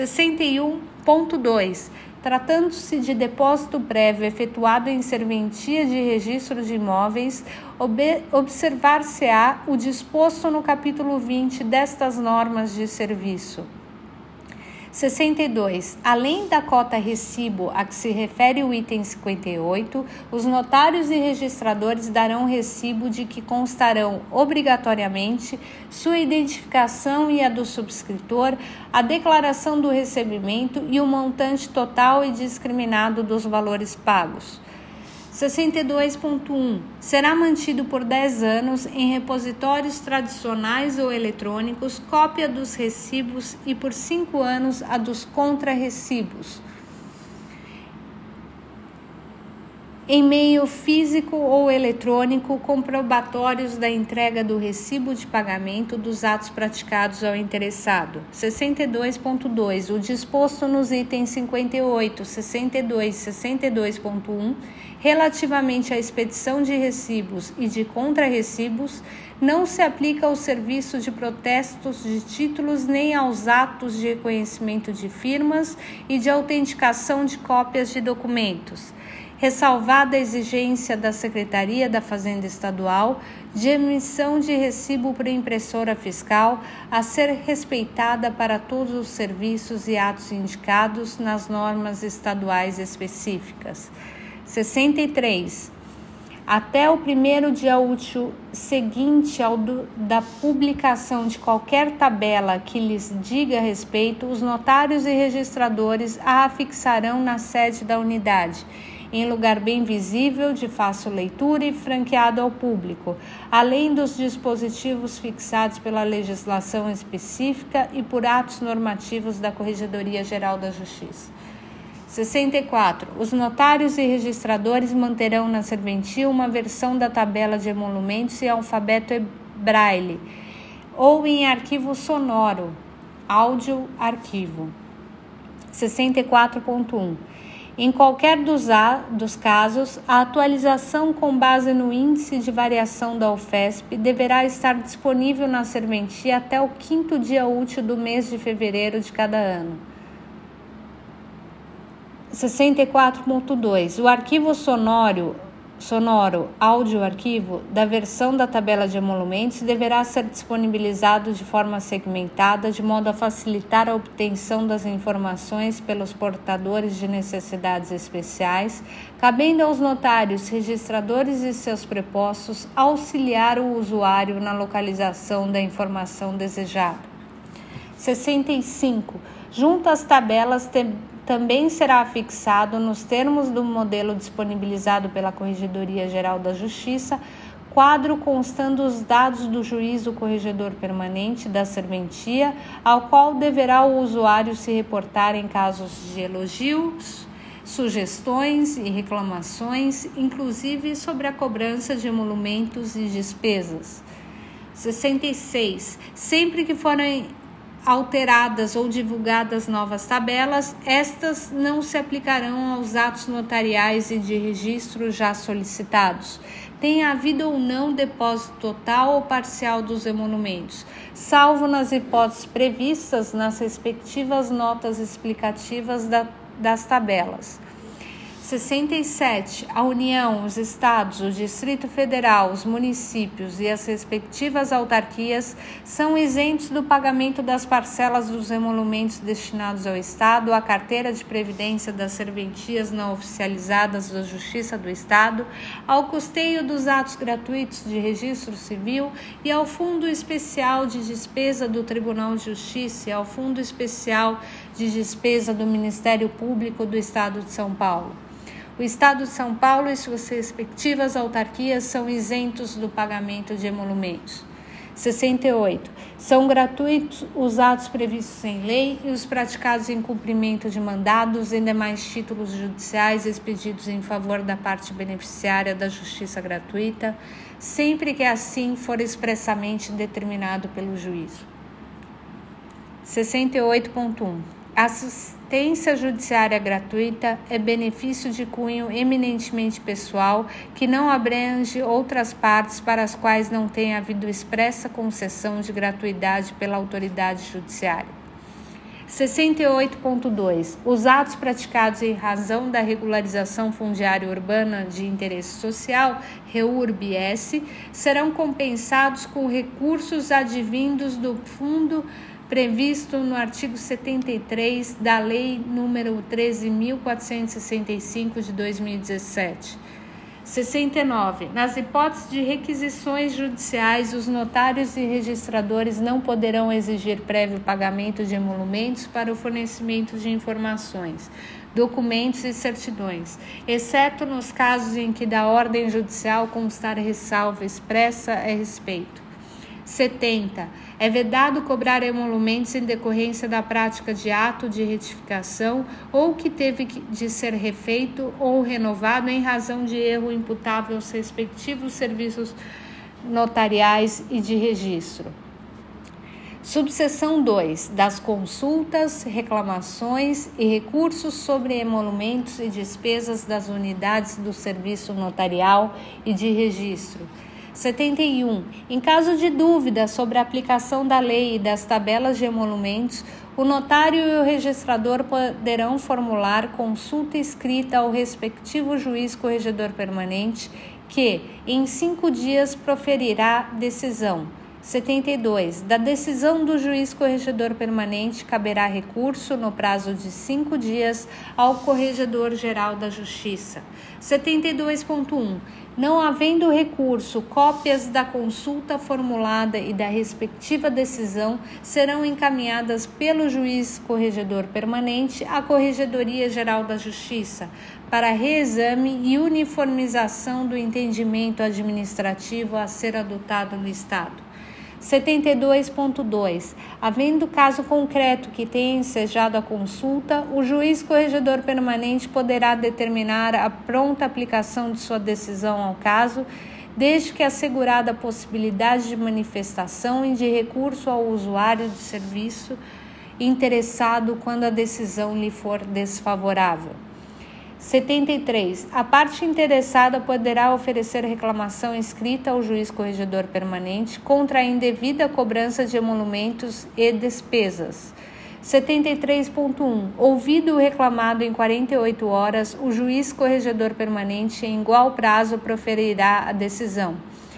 61.2. Tratando-se de depósito prévio efetuado em serventia de registro de imóveis, observar-se-á o disposto no capítulo 20 destas normas de serviço. 62. Além da cota recibo a que se refere o item 58, os notários e registradores darão recibo de que constarão obrigatoriamente sua identificação e a do subscritor, a declaração do recebimento e o montante total e discriminado dos valores pagos. 62.1. Será mantido por 10 anos em repositórios tradicionais ou eletrônicos cópia dos recibos e por 5 anos a dos contrarrecibos, em meio físico ou eletrônico, comprobatórios da entrega do recibo de pagamento dos atos praticados ao interessado. 62.2. O disposto nos itens 58, 62 e 62.1, relativamente à expedição de recibos e de contrarrecibos, não se aplica ao serviço de protestos de títulos nem aos atos de reconhecimento de firmas e de autenticação de cópias de documentos, ressalvada a exigência da Secretaria da Fazenda Estadual de emissão de recibo por impressora fiscal a ser respeitada para todos os serviços e atos indicados nas normas estaduais específicas. 63. Até o primeiro dia útil seguinte ao da publicação de qualquer tabela que lhes diga respeito, os notários e registradores a afixarão na sede da unidade, em lugar bem visível, de fácil leitura e franqueado ao público, além dos dispositivos fixados pela legislação específica e por atos normativos da Corregedoria Geral da Justiça. 64. Os notários e registradores manterão na serventia uma versão da tabela de emolumentos em alfabeto braille ou em arquivo sonoro, áudio arquivo. 64.1. Em qualquer dos casos, a atualização com base no índice de variação da UFESP deverá estar disponível na serventia até o 5º dia útil do mês de fevereiro de cada ano. 64.2. O arquivo sonoro áudio arquivo da versão da tabela de emolumentos deverá ser disponibilizado de forma segmentada, de modo a facilitar a obtenção das informações pelos portadores de necessidades especiais, cabendo aos notários, registradores e seus prepostos auxiliar o usuário na localização da informação desejada. 65. Junto às tabelas também será fixado nos termos do modelo disponibilizado pela Corregedoria Geral da Justiça, quadro constando os dados do juízo corregedor permanente da serventia, ao qual deverá o usuário se reportar em casos de elogios, sugestões e reclamações, inclusive sobre a cobrança de emolumentos e despesas. 66. Sempre que forem alteradas ou divulgadas novas tabelas, estas não se aplicarão aos atos notariais e de registro já solicitados, tenha havido ou não depósito total ou parcial dos emolumentos, salvo nas hipóteses previstas nas respectivas notas explicativas das tabelas. 67. A União, os Estados, o Distrito Federal, os municípios e as respectivas autarquias são isentos do pagamento das parcelas dos emolumentos destinados ao Estado, à carteira de previdência das serventias não oficializadas da Justiça do Estado, ao custeio dos atos gratuitos de registro civil e ao Fundo Especial de Despesa do Tribunal de Justiça e ao Fundo Especial de Despesa do Ministério Público do Estado de São Paulo. O Estado de São Paulo e suas respectivas autarquias são isentos do pagamento de emolumentos. 68. São gratuitos os atos previstos em lei e os praticados em cumprimento de mandados e demais títulos judiciais expedidos em favor da parte beneficiária da justiça gratuita, sempre que assim for expressamente determinado pelo juízo. 68.1. A assistência judiciária gratuita é benefício de cunho eminentemente pessoal que não abrange outras partes para as quais não tenha havido expressa concessão de gratuidade pela autoridade judiciária. 68.2. Os atos praticados em razão da regularização fundiária urbana de interesse social, REURB-S, serão compensados com recursos advindos do fundo previsto no artigo 73 da Lei nº 13.465 de 2017. 69. Nas hipóteses de requisições judiciais, os notários e registradores não poderão exigir prévio pagamento de emolumentos para o fornecimento de informações, documentos e certidões, exceto nos casos em que da ordem judicial constar ressalva expressa a respeito. 70. É vedado cobrar emolumentos em decorrência da prática de ato de retificação ou que teve de ser refeito ou renovado em razão de erro imputável aos respectivos serviços notariais e de registro. Subseção 2. Das consultas, reclamações e recursos sobre emolumentos e despesas das unidades do serviço notarial e de registro. 71. Em caso de dúvida sobre a aplicação da lei e das tabelas de emolumentos, o notário e o registrador poderão formular consulta escrita ao respectivo juiz corregedor permanente, que, em 5 dias, proferirá decisão. 72. Da decisão do juiz corregedor permanente, caberá recurso, no prazo de 5 dias, ao Corregedor-Geral da Justiça. 72.1. Não havendo recurso, cópias da consulta formulada e da respectiva decisão serão encaminhadas pelo juiz corregedor permanente à Corregedoria Geral da Justiça para reexame e uniformização do entendimento administrativo a ser adotado no Estado. 72.2. Havendo caso concreto que tenha ensejado a consulta, o juiz corregedor permanente poderá determinar a pronta aplicação de sua decisão ao caso, desde que assegurada a possibilidade de manifestação e de recurso ao usuário do serviço interessado quando a decisão lhe for desfavorável. 73. A parte interessada poderá oferecer reclamação escrita ao juiz corregedor permanente contra a indevida cobrança de emolumentos e despesas. 73.1. Ouvido o reclamado em 48 horas, o juiz corregedor permanente, em igual prazo, proferirá a decisão.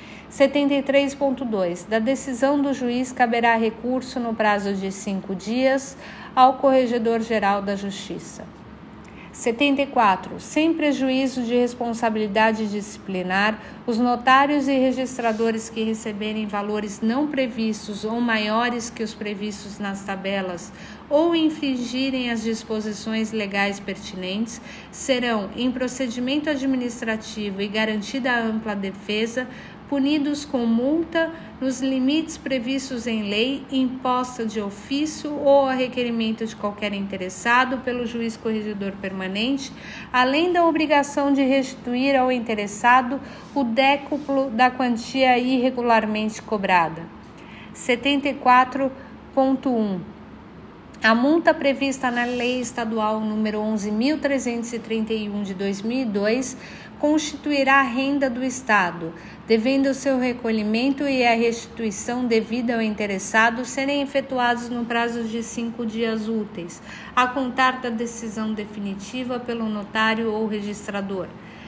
73.2. Da decisão do juiz caberá recurso no prazo de 5 dias ao Corregedor-Geral da Justiça. 74. Sem prejuízo de responsabilidade disciplinar, os notários e registradores que receberem valores não previstos ou maiores que os previstos nas tabelas ou infringirem as disposições legais pertinentes serão, em procedimento administrativo e garantida a ampla defesa, punidos com multa nos limites previstos em lei, imposta de ofício ou a requerimento de qualquer interessado pelo juiz corregedor permanente, além da obrigação de restituir ao interessado o décuplo da quantia irregularmente cobrada. 74.1. A multa prevista na Lei Estadual nº 11.331 de 2002 constituirá renda do Estado, devendo o seu recolhimento e a restituição devida ao interessado serem efetuados no prazo de 5 dias úteis, a contar da decisão definitiva pelo notário ou registrador.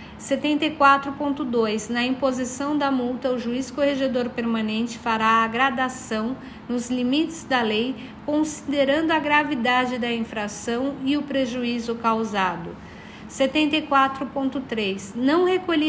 74.2. Na imposição da multa, o juiz corregedor permanente fará a gradação nos limites da lei, considerando a gravidade da infração e o prejuízo causado. 74.3. Não recolhido